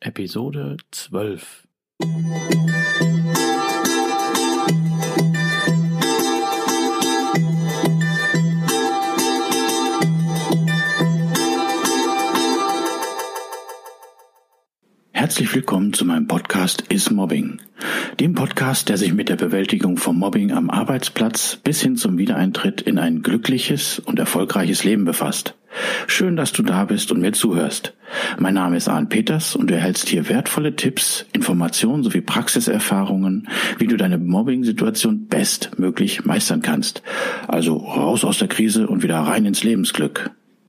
Episode 12. Herzlich willkommen zu meinem Podcast Is Mobbing, dem Podcast, der sich mit der Bewältigung von Mobbing am Arbeitsplatz bis hin zum Wiedereintritt in ein glückliches und erfolgreiches Leben befasst. Schön, dass du da bist und mir zuhörst. Mein Name ist Arne Peters und du erhältst hier wertvolle Tipps, Informationen sowie Praxiserfahrungen, wie du deine Mobbing-Situation bestmöglich meistern kannst. Also raus aus der Krise und wieder rein ins Lebensglück.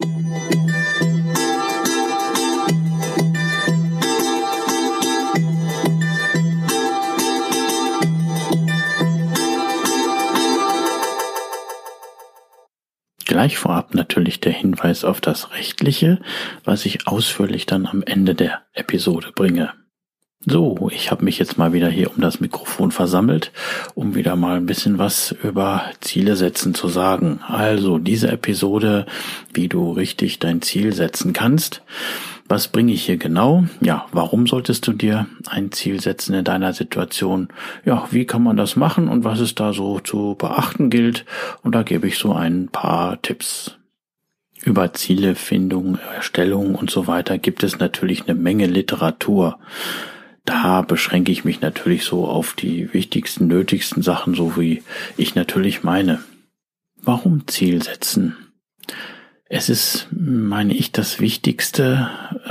Gleich vorab natürlich der Hinweis auf das Rechtliche, was ich ausführlich dann am Ende der Episode bringe. So, ich habe mich jetzt mal wieder hier um das Mikrofon versammelt, um wieder mal ein bisschen was über Ziele setzen zu sagen. Also diese Episode, wie du richtig dein Ziel setzen kannst. Was bringe ich hier genau? Ja, warum solltest du dir ein Ziel setzen in deiner Situation? Ja, wie kann man das machen und was es da so zu beachten gilt? Und da gebe ich so ein paar Tipps. Über Zielefindung, Erstellung und so weiter gibt es natürlich eine Menge Literatur. Da beschränke ich mich natürlich so auf die wichtigsten, nötigsten Sachen, so wie ich natürlich meine. Warum Ziel setzen? Es ist, meine ich, das Wichtigste,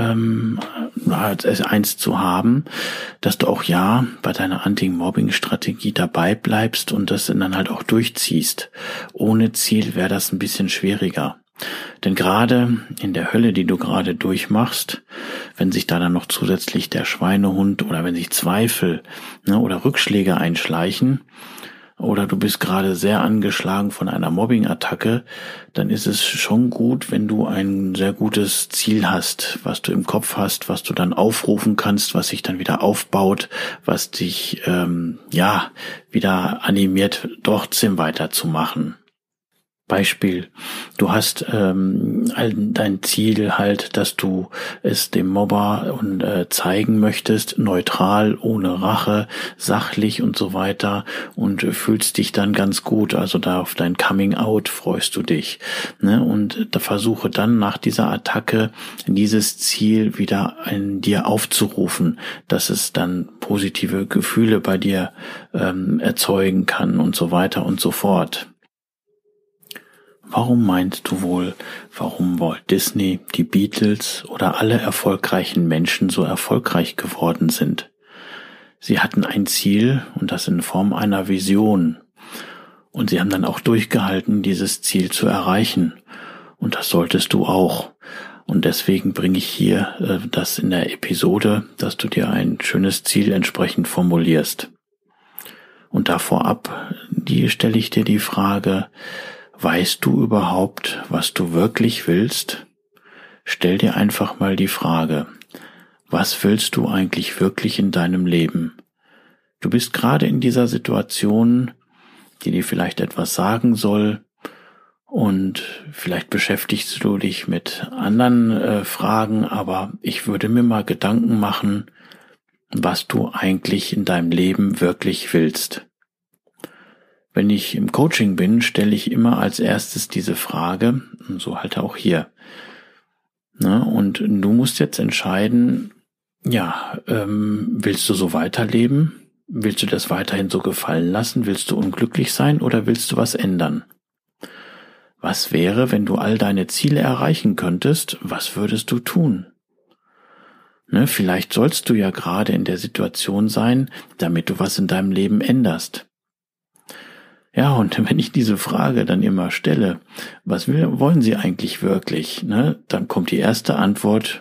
als eins zu haben, dass du auch bei deiner Anti-Mobbing-Strategie dabei bleibst und das dann halt auch durchziehst. Ohne Ziel wäre das ein bisschen schwieriger. Denn gerade in der Hölle, die du gerade durchmachst, wenn sich da dann noch zusätzlich der Schweinehund oder wenn sich Zweifel oder Rückschläge einschleichen, oder du bist gerade sehr angeschlagen von einer Mobbing-Attacke, dann ist es schon gut, wenn du ein sehr gutes Ziel hast, was du im Kopf hast, was du dann aufrufen kannst, was sich dann wieder aufbaut, was dich wieder animiert, trotzdem weiterzumachen. Beispiel, du hast dein Ziel halt, dass du es dem Mobber zeigen möchtest, neutral, ohne Rache, sachlich und so weiter und fühlst dich dann ganz gut, also da auf dein Coming Out freust du dich, und da versuche dann nach dieser Attacke dieses Ziel wieder in dir aufzurufen, dass es dann positive Gefühle bei dir erzeugen kann und so weiter und so fort. Warum meinst du wohl, warum Walt Disney, die Beatles oder alle erfolgreichen Menschen so erfolgreich geworden sind? Sie hatten ein Ziel und das in Form einer Vision. Und sie haben dann auch durchgehalten, dieses Ziel zu erreichen. Und das solltest du auch. Und deswegen bringe ich hier das in der Episode, dass du dir ein schönes Ziel entsprechend formulierst. Und da vorab stelle ich dir die Frage: Weißt du überhaupt, was du wirklich willst? Stell dir einfach mal die Frage: Was willst du eigentlich wirklich in deinem Leben? Du bist gerade in dieser Situation, die dir vielleicht etwas sagen soll, und vielleicht beschäftigst du dich mit anderen Fragen, aber ich würde mir mal Gedanken machen, was du eigentlich in deinem Leben wirklich willst. Wenn ich im Coaching bin, stelle ich immer als erstes diese Frage, und so halt auch hier. Und du musst jetzt entscheiden, willst du so weiterleben? Willst du das weiterhin so gefallen lassen? Willst du unglücklich sein oder willst du was ändern? Was wäre, wenn du all deine Ziele erreichen könntest? Was würdest du tun? Vielleicht sollst du ja gerade in der Situation sein, damit du was in deinem Leben änderst. Ja, und wenn ich diese Frage dann immer stelle, was wollen Sie eigentlich wirklich, dann kommt die erste Antwort: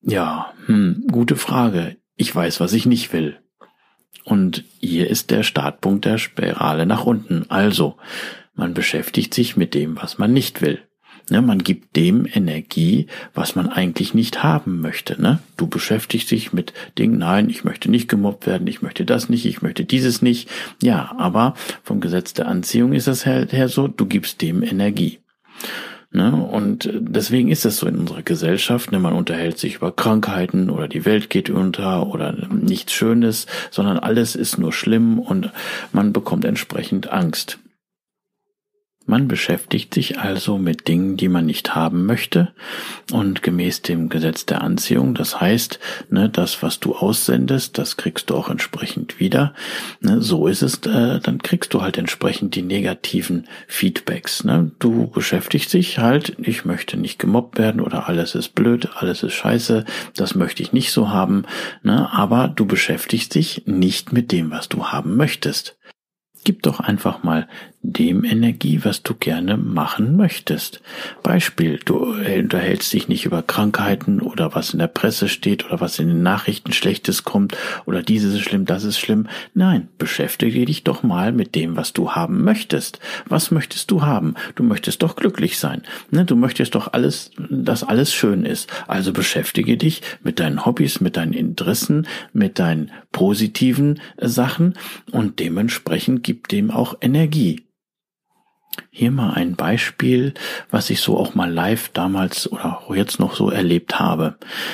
gute Frage, ich weiß, was ich nicht will. Und hier ist der Startpunkt der Spirale nach unten. Also, man beschäftigt sich mit dem, was man nicht will. Man gibt dem Energie, was man eigentlich nicht haben möchte. Du beschäftigst dich mit Dingen: Nein, ich möchte nicht gemobbt werden, ich möchte das nicht, ich möchte dieses nicht. Ja, aber vom Gesetz der Anziehung ist es halt her so, du gibst dem Energie. Ne? Und deswegen ist es so in unserer Gesellschaft, ne? Man unterhält sich über Krankheiten oder die Welt geht unter oder nichts Schönes, sondern alles ist nur schlimm und man bekommt entsprechend Angst. Man beschäftigt sich also mit Dingen, die man nicht haben möchte, und gemäß dem Gesetz der Anziehung, das heißt, ne, das, was du aussendest, das kriegst du auch entsprechend wieder. Ne, so ist es, dann kriegst du halt entsprechend die negativen Feedbacks. Ne. Du beschäftigst dich halt, ich möchte nicht gemobbt werden oder alles ist blöd, alles ist scheiße, das möchte ich nicht so haben, ne, aber du beschäftigst dich nicht mit dem, was du haben möchtest. Gib doch einfach mal dem Energie, was du gerne machen möchtest. Beispiel, du unterhältst dich nicht über Krankheiten oder was in der Presse steht oder was in den Nachrichten Schlechtes kommt oder dieses ist schlimm, das ist schlimm. Nein, beschäftige dich doch mal mit dem, was du haben möchtest. Was möchtest du haben? Du möchtest doch glücklich sein. Ne? Du möchtest doch alles, dass alles schön ist. Also beschäftige dich mit deinen Hobbys, mit deinen Interessen, mit deinen positiven Sachen und dementsprechend gib dem auch Energie. Hier mal ein Beispiel, was ich so auch mal live damals oder jetzt noch so erlebt habe.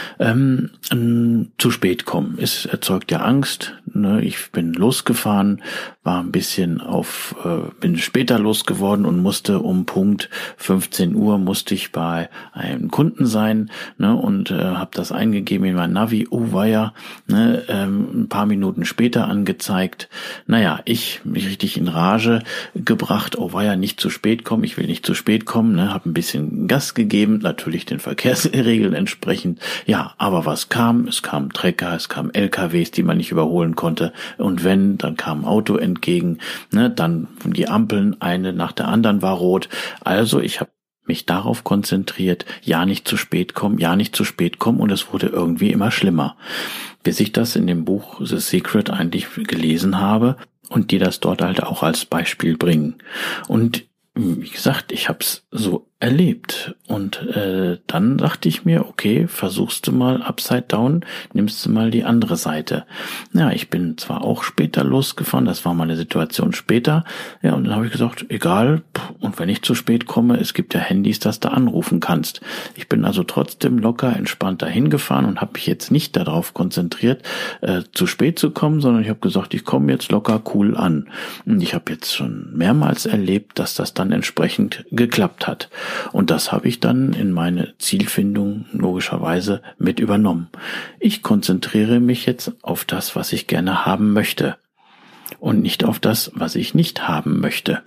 Zu spät kommen. Es erzeugt ja Angst. Ne? Ich bin losgefahren, war ein bisschen bin später losgeworden und musste um Punkt 15 Uhr musste ich bei einem Kunden sein, ne? Und habe das eingegeben in mein Navi. Oh weia, ne? Ein paar Minuten später angezeigt. Naja, ich mich richtig in Rage gebracht. Oh weia, nicht zu spät kommen, ich will nicht zu spät kommen, ne? Habe ein bisschen Gas gegeben, natürlich den Verkehrsregeln entsprechend. Ja, aber was kam? Es kamen Trecker, es kamen LKWs, die man nicht überholen konnte. Und wenn, dann kam ein Auto entgegen, ne? Dann die Ampeln, eine nach der anderen war rot. Also ich habe mich darauf konzentriert, ja nicht zu spät kommen, ja nicht zu spät kommen, und es wurde irgendwie immer schlimmer. Bis ich das in dem Buch The Secret eigentlich gelesen habe und die das dort halt auch als Beispiel bringen. Und wie gesagt, ich habe es so erlebt und dann dachte ich mir, okay, versuchst du mal Upside Down, nimmst du mal die andere Seite. Ja, ich bin zwar auch später losgefahren, das war mal eine Situation später, ja, und dann habe ich gesagt, egal, und wenn ich zu spät komme, es gibt ja Handys, dass du anrufen kannst. Ich bin also trotzdem locker, entspannt dahin gefahren und habe mich jetzt nicht darauf konzentriert, zu spät zu kommen, sondern ich habe gesagt, ich komme jetzt locker cool an. Und ich habe jetzt schon mehrmals erlebt, dass das dann entsprechend geklappt hat. Und das habe ich dann in meine Zielfindung logischerweise mit übernommen. Ich konzentriere mich jetzt auf das, was ich gerne haben möchte und nicht auf das, was ich nicht haben möchte.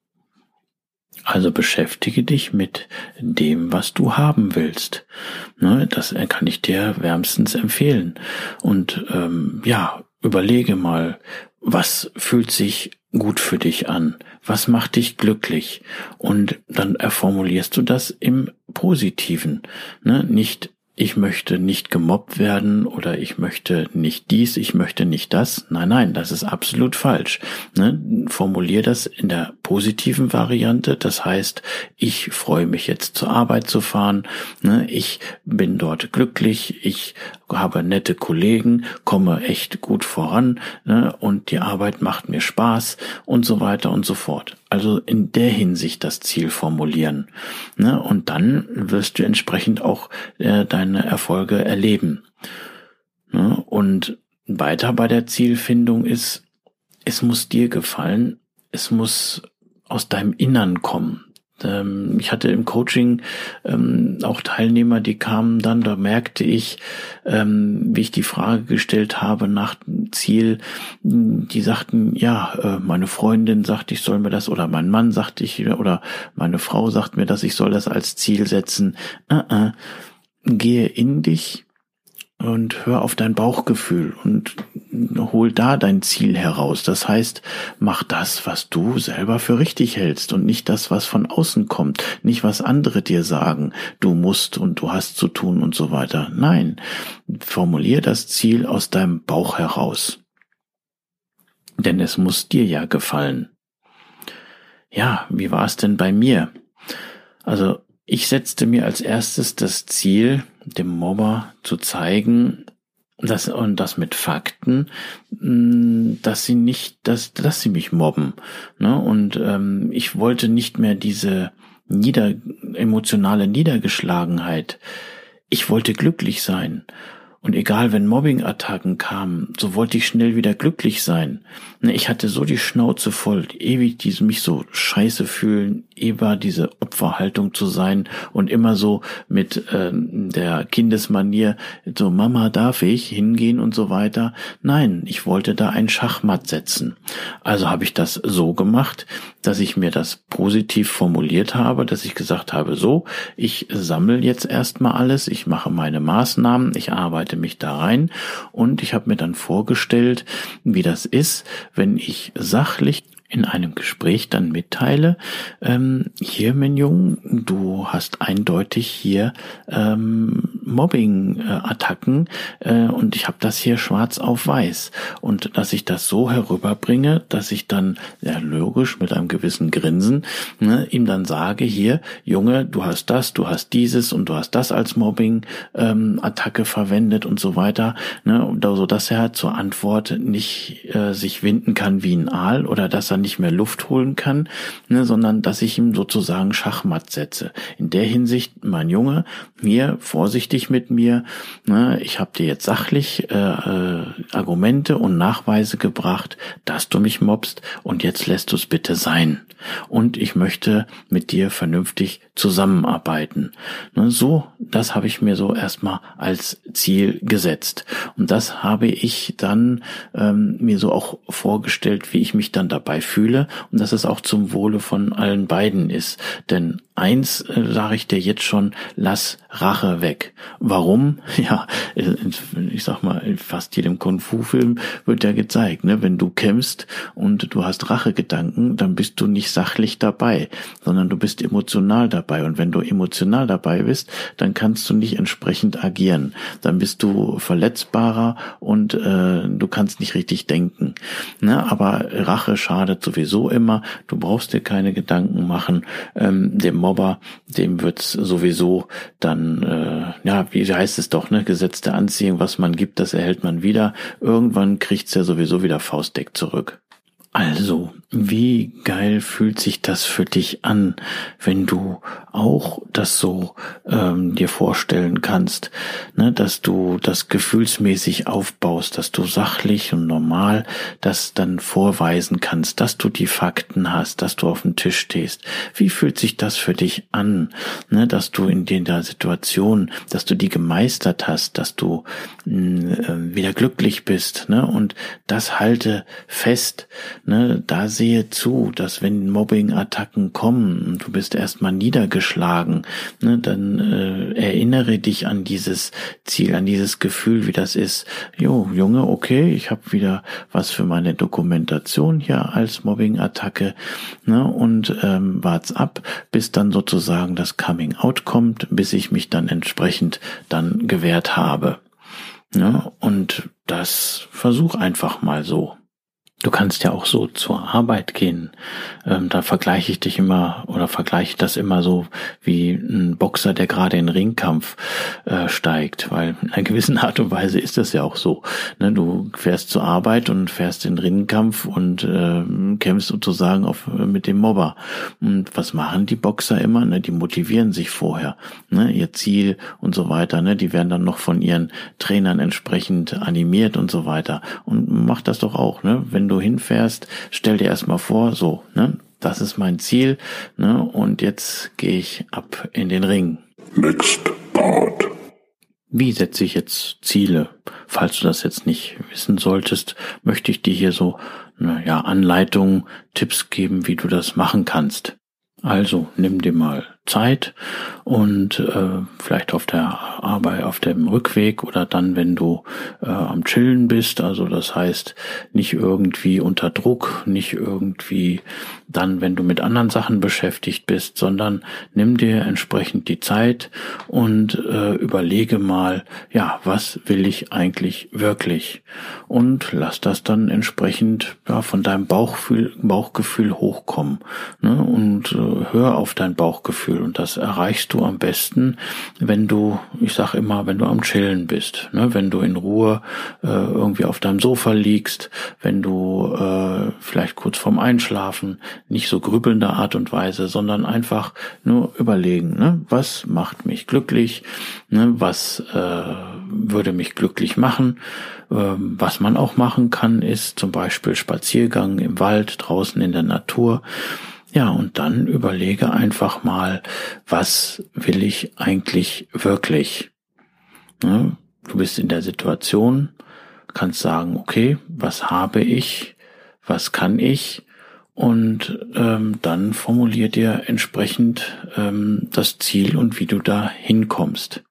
Also beschäftige dich mit dem, was du haben willst. Das kann ich dir wärmstens empfehlen. Und überlege mal, was fühlt sich gut für dich an? Was macht dich glücklich? Und dann formulierst du das im Positiven. Nicht, ich möchte nicht gemobbt werden oder ich möchte nicht dies, ich möchte nicht das. Nein, das ist absolut falsch. Formulier das in der positiven Variante. Das heißt, ich freue mich jetzt zur Arbeit zu fahren. Ich bin dort glücklich. Ich habe nette Kollegen, komme echt gut voran, und die Arbeit macht mir Spaß und so weiter und so fort. Also in der Hinsicht das Ziel formulieren. Und dann wirst du entsprechend auch deine Erfolge erleben. Und weiter bei der Zielfindung ist, es muss dir gefallen, es muss aus deinem Innern kommen. Ich hatte im Coaching auch Teilnehmer, die kamen dann, da merkte ich, wie ich die Frage gestellt habe nach dem Ziel, die sagten, meine Freundin sagt, ich soll mir das, oder mein Mann sagt, oder meine Frau sagt mir, dass ich soll das als Ziel setzen. Gehe in dich und hör auf dein Bauchgefühl und hol da dein Ziel heraus. Das heißt, mach das, was du selber für richtig hältst und nicht das, was von außen kommt, nicht was andere dir sagen, du musst und du hast zu tun und so weiter. Nein, formulier das Ziel aus deinem Bauch heraus. Denn es muss dir ja gefallen. Ja, wie war es denn bei mir? Also, ich setzte mir als erstes das Ziel, dem Mobber zu zeigen, das mit Fakten, dass sie mich mobben. Und ich wollte nicht mehr diese emotionale Niedergeschlagenheit. Ich wollte glücklich sein. Und egal, wenn Mobbing-Attacken kamen, so wollte ich schnell wieder glücklich sein. Ich hatte so die Schnauze voll, ewig mich so scheiße fühlen, immer diese Opferhaltung zu sein und immer so mit der Kindesmanier, so Mama, darf ich hingehen und so weiter. Nein, ich wollte da ein Schachmatt setzen. Also habe ich das so gemacht, dass ich mir das positiv formuliert habe, dass ich gesagt habe, so, ich sammle jetzt erstmal alles, ich mache meine Maßnahmen, ich arbeite mich da rein und ich habe mir dann vorgestellt, wie das ist, wenn ich sachlich in einem Gespräch dann mitteile, hier, mein Junge, du hast eindeutig hier Mobbing-Attacken und ich habe das hier schwarz auf weiß. Und dass ich das so herüberbringe, dass ich dann, ja logisch, mit einem gewissen Grinsen, ihm dann sage, hier, Junge, du hast das, du hast dieses und du hast das als Mobbing-Attacke verwendet und so weiter, so dass er zur Antwort nicht sich winden kann wie ein Aal oder dass er nicht mehr Luft holen kann, sondern dass ich ihm sozusagen Schachmatt setze. In der Hinsicht, mein Junge, hier vorsichtig mit mir, ich habe dir jetzt sachlich Argumente und Nachweise gebracht, dass du mich mobbst und jetzt lässt du es bitte sein. Und ich möchte mit dir vernünftig zusammenarbeiten. So, das habe ich mir so erstmal als Ziel gesetzt. Und das habe ich dann mir so auch vorgestellt, wie ich mich dann dabei fühle und dass es auch zum Wohle von allen beiden ist. Denn eins sage ich dir jetzt schon, lass Rache weg. Warum? Ja, ich sag mal, in fast jedem Kung-Fu-Film wird ja gezeigt, wenn du kämpfst und du hast Rachegedanken, dann bist du nicht sachlich dabei, sondern du bist emotional dabei. Und wenn du emotional dabei bist, dann kannst du nicht entsprechend agieren. Dann bist du verletzbarer und du kannst nicht richtig denken. Aber Rache schadet sowieso immer. Du brauchst dir keine Gedanken machen. Dem Mobber, dem wird's sowieso dann, wie heißt es doch, Gesetz der Anziehung, was man gibt, das erhält man wieder. Irgendwann kriegt's ja sowieso wieder faustdick zurück. Also, wie geil fühlt sich das für dich an, wenn du auch das so dir vorstellen kannst, dass du das gefühlsmäßig aufbaust, dass du sachlich und normal das dann vorweisen kannst, dass du die Fakten hast, dass du auf dem Tisch stehst. Wie fühlt sich das für dich an, dass du in der Situation, dass du die gemeistert hast, dass du wieder glücklich bist, und das halte fest. Da sehe zu, dass wenn Mobbing-Attacken kommen und du bist erstmal niedergeschlagen, dann erinnere dich an dieses Ziel, an dieses Gefühl, wie das ist. Junge, okay, ich habe wieder was für meine Dokumentation hier als Mobbing-Attacke, und wart's ab, bis dann sozusagen das Coming-out kommt, bis ich mich dann entsprechend dann gewehrt habe. Und das versuch einfach mal so. Du kannst ja auch so zur Arbeit gehen. Da vergleiche ich das immer so wie ein Boxer, der gerade in Ringkampf steigt, weil in einer gewissen Art und Weise ist das ja auch so. Du fährst zur Arbeit und fährst in Ringkampf und kämpfst sozusagen mit dem Mobber. Und was machen die Boxer immer? Die motivieren sich vorher, ihr Ziel und so weiter. Die werden dann noch von ihren Trainern entsprechend animiert und so weiter. Und mach das doch auch, wenn du hinfährst, stell dir erstmal vor, so, das ist mein Ziel, und jetzt gehe ich ab in den Ring. Next part. Wie setze ich jetzt Ziele? Falls du das jetzt nicht wissen solltest, möchte ich dir hier so, Anleitungen, Tipps geben, wie du das machen kannst. Also, nimm dir mal Zeit und vielleicht auf der Arbeit, auf dem Rückweg oder dann, wenn du am Chillen bist, also das heißt nicht irgendwie unter Druck, nicht irgendwie dann, wenn du mit anderen Sachen beschäftigt bist, sondern nimm dir entsprechend die Zeit und überlege mal, was will ich eigentlich wirklich, und lass das dann entsprechend von deinem Bauchgefühl hochkommen, und hör auf dein Bauchgefühl. Ziel und das erreichst du am besten, wenn du, ich sag immer, wenn du am Chillen bist, ne? Wenn du in Ruhe irgendwie auf deinem Sofa liegst, wenn du vielleicht kurz vorm Einschlafen, nicht so grübelnder Art und Weise, sondern einfach nur überlegen, ne? Was macht mich glücklich, ne? Was würde mich glücklich machen. Was man auch machen kann, ist zum Beispiel Spaziergang im Wald, draußen in der Natur. Ja, und dann überlege einfach mal, was will ich eigentlich wirklich? Ne? Du bist in der Situation, kannst sagen, okay, was habe ich, was kann ich? Und dann formulier dir entsprechend das Ziel und wie du da hinkommst.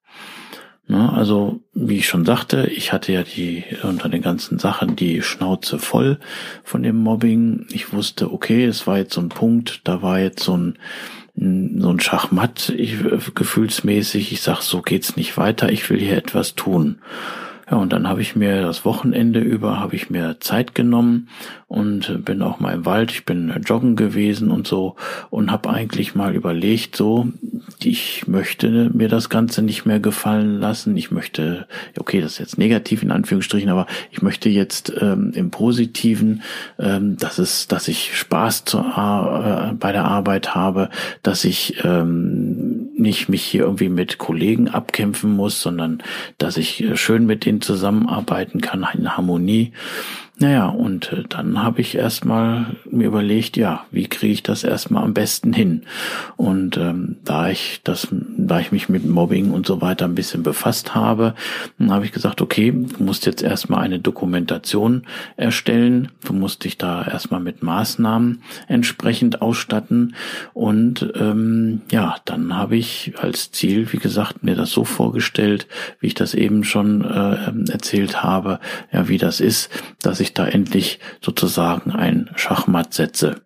Also, wie ich schon sagte, ich hatte ja unter den ganzen Sachen die Schnauze voll von dem Mobbing. Ich wusste, okay, es war jetzt so ein Punkt, da war jetzt so ein Schachmatt, gefühlsmäßig. Ich sag, so geht's nicht weiter, ich will hier etwas tun. Ja, und dann habe ich mir das Wochenende über, Zeit genommen und bin auch mal im Wald, ich bin joggen gewesen und so und habe eigentlich mal überlegt, so, ich möchte mir das Ganze nicht mehr gefallen lassen. Ich möchte, okay, das ist jetzt negativ in Anführungsstrichen, aber ich möchte jetzt im Positiven, dass ich Spaß bei der Arbeit habe, dass ich nicht mich hier irgendwie mit Kollegen abkämpfen muss, sondern dass ich schön mit denen zusammenarbeiten kann in Harmonie. Naja, und dann habe ich erstmal mir überlegt, ja, wie kriege ich das erstmal am besten hin? Und da ich mich mit Mobbing und so weiter ein bisschen befasst habe, habe ich gesagt, okay, du musst jetzt erstmal eine Dokumentation erstellen, du musst dich da erstmal mit Maßnahmen entsprechend ausstatten und dann habe ich als Ziel, wie gesagt, mir das so vorgestellt, wie ich das eben schon erzählt habe, ja, wie das ist, dass ich da endlich sozusagen ein Schachmatt setze.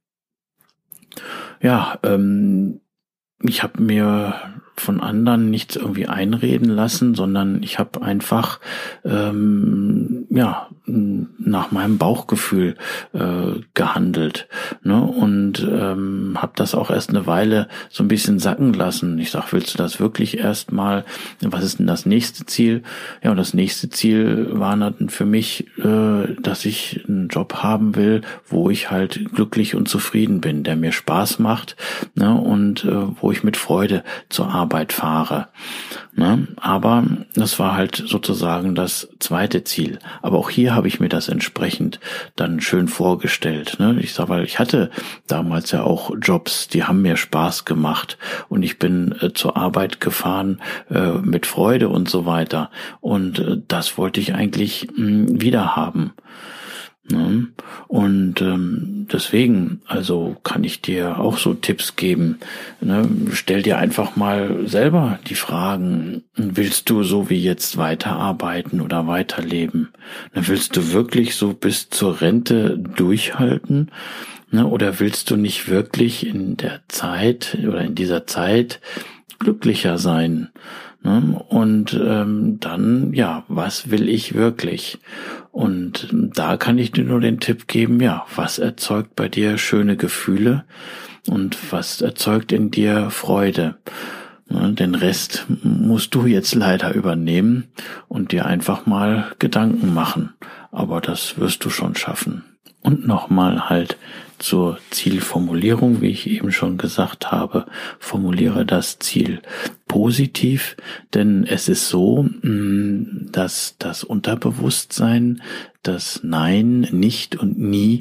Ja, ich habe mir von anderen nichts irgendwie einreden lassen, sondern ich habe einfach nach meinem Bauchgefühl gehandelt, ne? Und habe das auch erst eine Weile so ein bisschen sacken lassen. Ich sag, willst du das wirklich erstmal? Was ist denn das nächste Ziel? Ja, und das nächste Ziel war dann für mich, dass ich einen Job haben will, wo ich halt glücklich und zufrieden bin, der mir Spaß macht, ne? Und wo ich mit Freude zur Arbeit fahre. Ne? Aber das war halt sozusagen das zweite Ziel. Aber auch hier habe ich mir das entsprechend dann schön vorgestellt. Ne? Ich sag, weil ich hatte damals ja auch Jobs, die haben mir Spaß gemacht und ich bin zur Arbeit gefahren mit Freude und so weiter. Und das wollte ich eigentlich wieder haben. Ne? Und deswegen, also kann ich dir auch so Tipps geben. Ne? Stell dir einfach mal selber die Fragen, willst du so wie jetzt weiterarbeiten oder weiterleben? Ne? Willst du wirklich so bis zur Rente durchhalten? Ne? Oder willst du nicht wirklich in der Zeit oder in dieser Zeit glücklicher sein? Und dann, ja, was will ich wirklich? Und da kann ich dir nur den Tipp geben, ja, was erzeugt bei dir schöne Gefühle und was erzeugt in dir Freude? Den Rest musst du jetzt leider übernehmen und dir einfach mal Gedanken machen. Aber das wirst du schon schaffen. Und nochmal halt zur Zielformulierung, wie ich eben schon gesagt habe, formuliere das Ziel positiv, denn es ist so, dass das Unterbewusstsein das Nein nicht und nie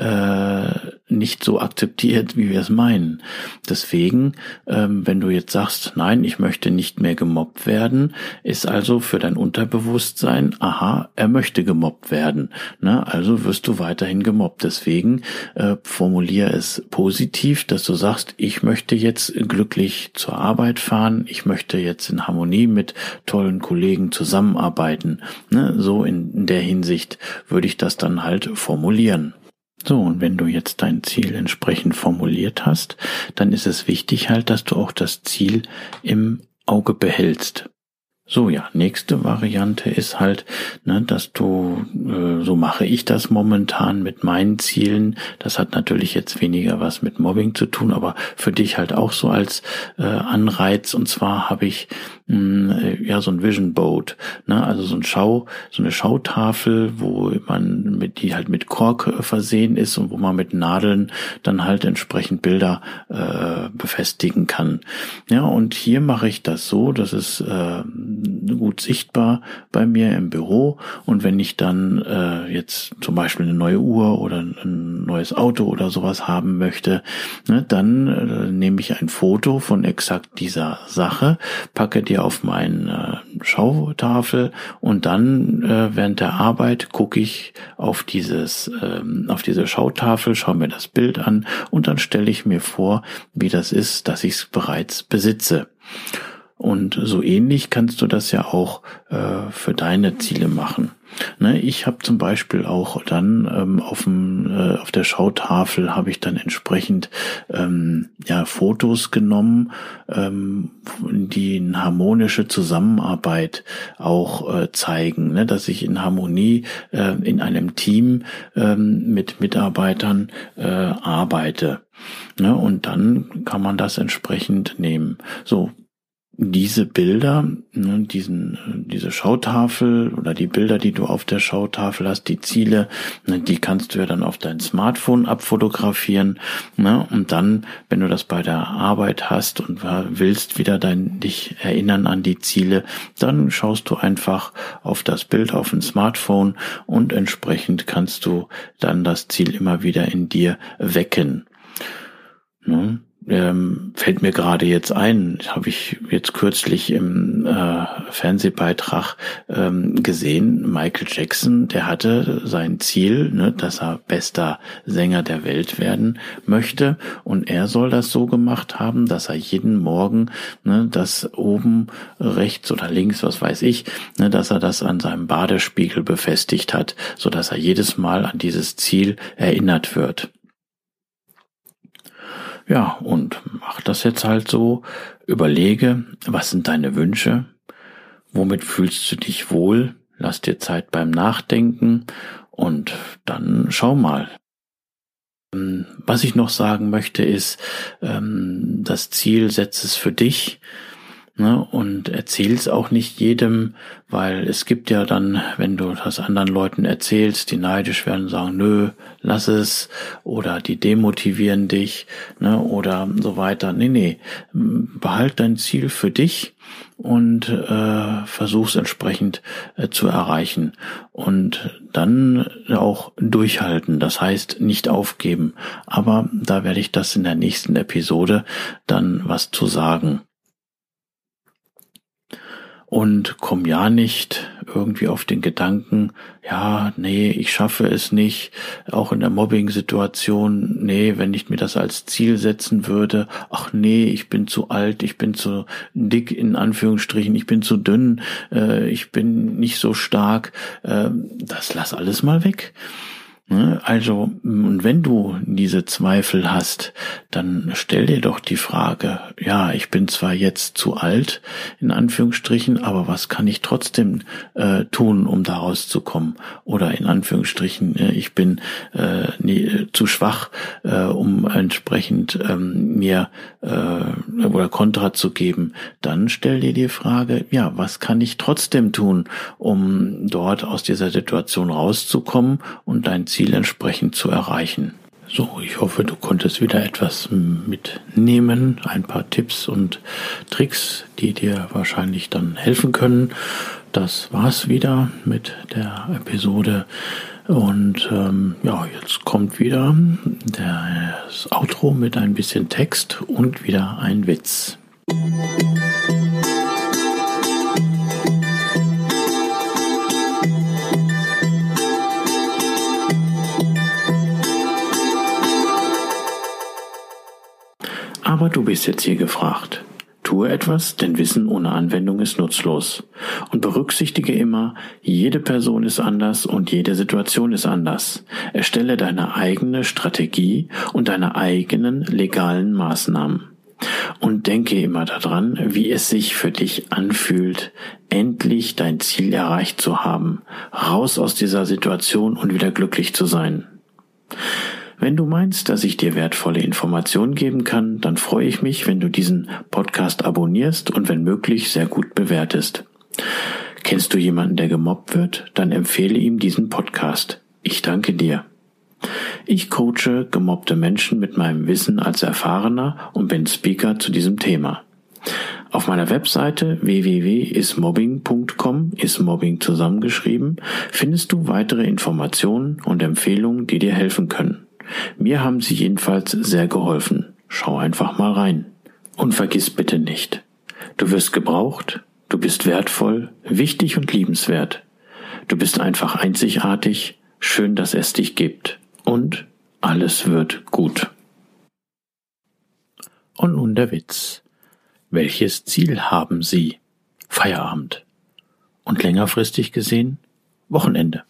nicht so akzeptiert, wie wir es meinen. Deswegen, wenn du jetzt sagst, nein, ich möchte nicht mehr gemobbt werden, ist also für dein Unterbewusstsein, aha, er möchte gemobbt werden. Ne? Also wirst du weiterhin gemobbt. Deswegen formuliere es positiv, dass du sagst, ich möchte jetzt glücklich zur Arbeit fahren, ich möchte jetzt in Harmonie mit tollen Kollegen zusammenarbeiten. Ne? So in der Hinsicht würde ich das dann halt formulieren. So, und wenn du jetzt dein Ziel entsprechend formuliert hast, dann ist es wichtig halt, dass du auch das Ziel im Auge behältst. So, ja, nächste Variante ist halt, dass du, so mache ich das momentan mit meinen Zielen. Das hat natürlich jetzt weniger was mit Mobbing zu tun, aber für dich halt auch so als Anreiz. Und zwar habe ich so ein Vision Board, also so eine Schautafel, wo man die halt mit Kork versehen ist und wo man mit Nadeln dann halt entsprechend Bilder befestigen kann. Ja, und hier mache ich das so, dass es gut sichtbar bei mir im Büro, und wenn ich dann jetzt zum Beispiel eine neue Uhr oder ein neues Auto oder sowas haben möchte, dann nehme ich ein Foto von exakt dieser Sache, packe die auf meine Schautafel, und dann während der Arbeit gucke ich auf diese Schautafel, schaue mir das Bild an, und dann stelle ich mir vor, wie das ist, dass ich es bereits besitze. Und so ähnlich kannst du das ja auch für deine Ziele machen. Ich habe zum Beispiel auch dann auf der Schautafel habe ich dann entsprechend Fotos genommen, die eine harmonische Zusammenarbeit auch zeigen, dass ich in Harmonie in einem Team mit Mitarbeitern arbeite. Und dann kann man das entsprechend nehmen. So. Diese Bilder, diese Schautafel oder die Bilder, die du auf der Schautafel hast, die Ziele, die kannst du ja dann auf dein Smartphone abfotografieren, und dann, wenn du das bei der Arbeit hast und willst wieder dich erinnern an die Ziele, dann schaust du einfach auf das Bild auf dem Smartphone, und entsprechend kannst du dann das Ziel immer wieder in dir wecken. Fällt mir gerade jetzt ein, habe ich jetzt kürzlich im Fernsehbeitrag gesehen, Michael Jackson, der hatte sein Ziel, dass er bester Sänger der Welt werden möchte, und er soll das so gemacht haben, dass er jeden Morgen das oben rechts oder links, was weiß ich, dass er das an seinem Badespiegel befestigt hat, so dass er jedes Mal an dieses Ziel erinnert wird. Ja, und mach das jetzt halt so, überlege, was sind deine Wünsche, womit fühlst du dich wohl, lass dir Zeit beim Nachdenken, und dann schau mal. Was ich noch sagen möchte ist, das Ziel setz es für dich, und erzähl's auch nicht jedem, weil es gibt ja dann, wenn du das anderen Leuten erzählst, die neidisch werden und sagen, nö, lass es, oder die demotivieren dich, oder so weiter. Nee, behalt dein Ziel für dich und versuch's entsprechend zu erreichen, und dann auch durchhalten, das heißt nicht aufgeben, aber da werde ich das in der nächsten Episode dann was zu sagen. Und komm ja nicht irgendwie auf den Gedanken, ja, nee, ich schaffe es nicht, auch in der Mobbing-Situation, nee, wenn ich mir das als Ziel setzen würde, ach nee, ich bin zu alt, ich bin zu dick, in Anführungsstrichen, ich bin zu dünn, ich bin nicht so stark, das lass alles mal weg. Also, und wenn du diese Zweifel hast, dann stell dir doch die Frage, ja, ich bin zwar jetzt zu alt, in Anführungsstrichen, aber was kann ich trotzdem tun, um da rauszukommen? Oder in Anführungsstrichen, ich bin zu schwach, um entsprechend mir oder Kontra zu geben. Dann stell dir die Frage, ja, was kann ich trotzdem tun, um dort aus dieser Situation rauszukommen und dein Ziel entsprechend zu erreichen. So, ich hoffe, du konntest wieder etwas mitnehmen, ein paar Tipps und Tricks, die dir wahrscheinlich dann helfen können. Das war's wieder mit der Episode, und jetzt kommt wieder das Outro mit ein bisschen Text und wieder ein Witz. Aber du bist jetzt hier gefragt. Tue etwas, denn Wissen ohne Anwendung ist nutzlos. Und berücksichtige immer, jede Person ist anders und jede Situation ist anders. Erstelle deine eigene Strategie und deine eigenen legalen Maßnahmen. Und denke immer daran, wie es sich für dich anfühlt, endlich dein Ziel erreicht zu haben, raus aus dieser Situation und wieder glücklich zu sein. Wenn du meinst, dass ich dir wertvolle Informationen geben kann, dann freue ich mich, wenn du diesen Podcast abonnierst und wenn möglich sehr gut bewertest. Kennst du jemanden, der gemobbt wird? Dann empfehle ihm diesen Podcast. Ich danke dir. Ich coache gemobbte Menschen mit meinem Wissen als Erfahrener und bin Speaker zu diesem Thema. Auf meiner Webseite www.ismobbing.com, ist Mobbing zusammengeschrieben, findest du weitere Informationen und Empfehlungen, die dir helfen können. Mir haben sie jedenfalls sehr geholfen. Schau einfach mal rein. Und vergiss bitte nicht, du wirst gebraucht, du bist wertvoll, wichtig und liebenswert. Du bist einfach einzigartig, schön, dass es dich gibt. Und alles wird gut. Und nun der Witz. Welches Ziel haben Sie? Feierabend. Und längerfristig gesehen? Wochenende.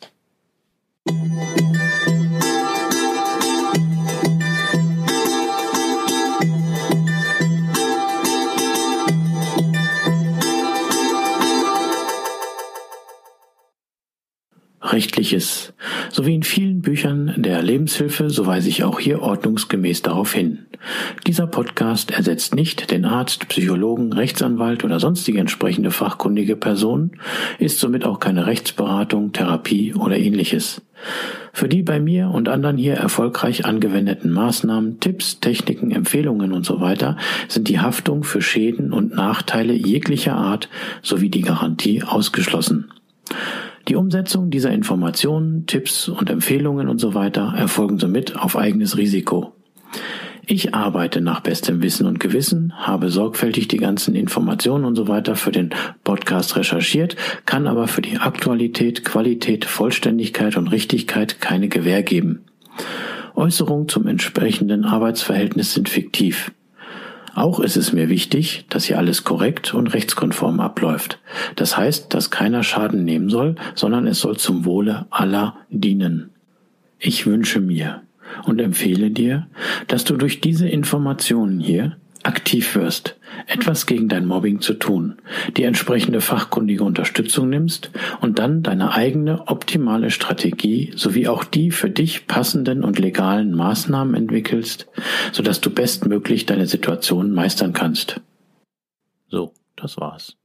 Rechtliches. So wie in vielen Büchern der Lebenshilfe, so weise ich auch hier ordnungsgemäß darauf hin. Dieser Podcast ersetzt nicht den Arzt, Psychologen, Rechtsanwalt oder sonstige entsprechende fachkundige Person, ist somit auch keine Rechtsberatung, Therapie oder ähnliches. Für die bei mir und anderen hier erfolgreich angewendeten Maßnahmen, Tipps, Techniken, Empfehlungen usw. sind die Haftung für Schäden und Nachteile jeglicher Art sowie die Garantie ausgeschlossen. Die Umsetzung dieser Informationen, Tipps und Empfehlungen usw. erfolgen somit auf eigenes Risiko. Ich arbeite nach bestem Wissen und Gewissen, habe sorgfältig die ganzen Informationen usw. für den Podcast recherchiert, kann aber für die Aktualität, Qualität, Vollständigkeit und Richtigkeit keine Gewähr geben. Äußerungen zum entsprechenden Arbeitsverhältnis sind fiktiv. Auch ist es mir wichtig, dass hier alles korrekt und rechtskonform abläuft. Das heißt, dass keiner Schaden nehmen soll, sondern es soll zum Wohle aller dienen. Ich wünsche mir und empfehle dir, dass du durch diese Informationen hier aktiv wirst, etwas gegen dein Mobbing zu tun, die entsprechende fachkundige Unterstützung nimmst und dann deine eigene optimale Strategie sowie auch die für dich passenden und legalen Maßnahmen entwickelst, sodass du bestmöglich deine Situation meistern kannst. So, das war's.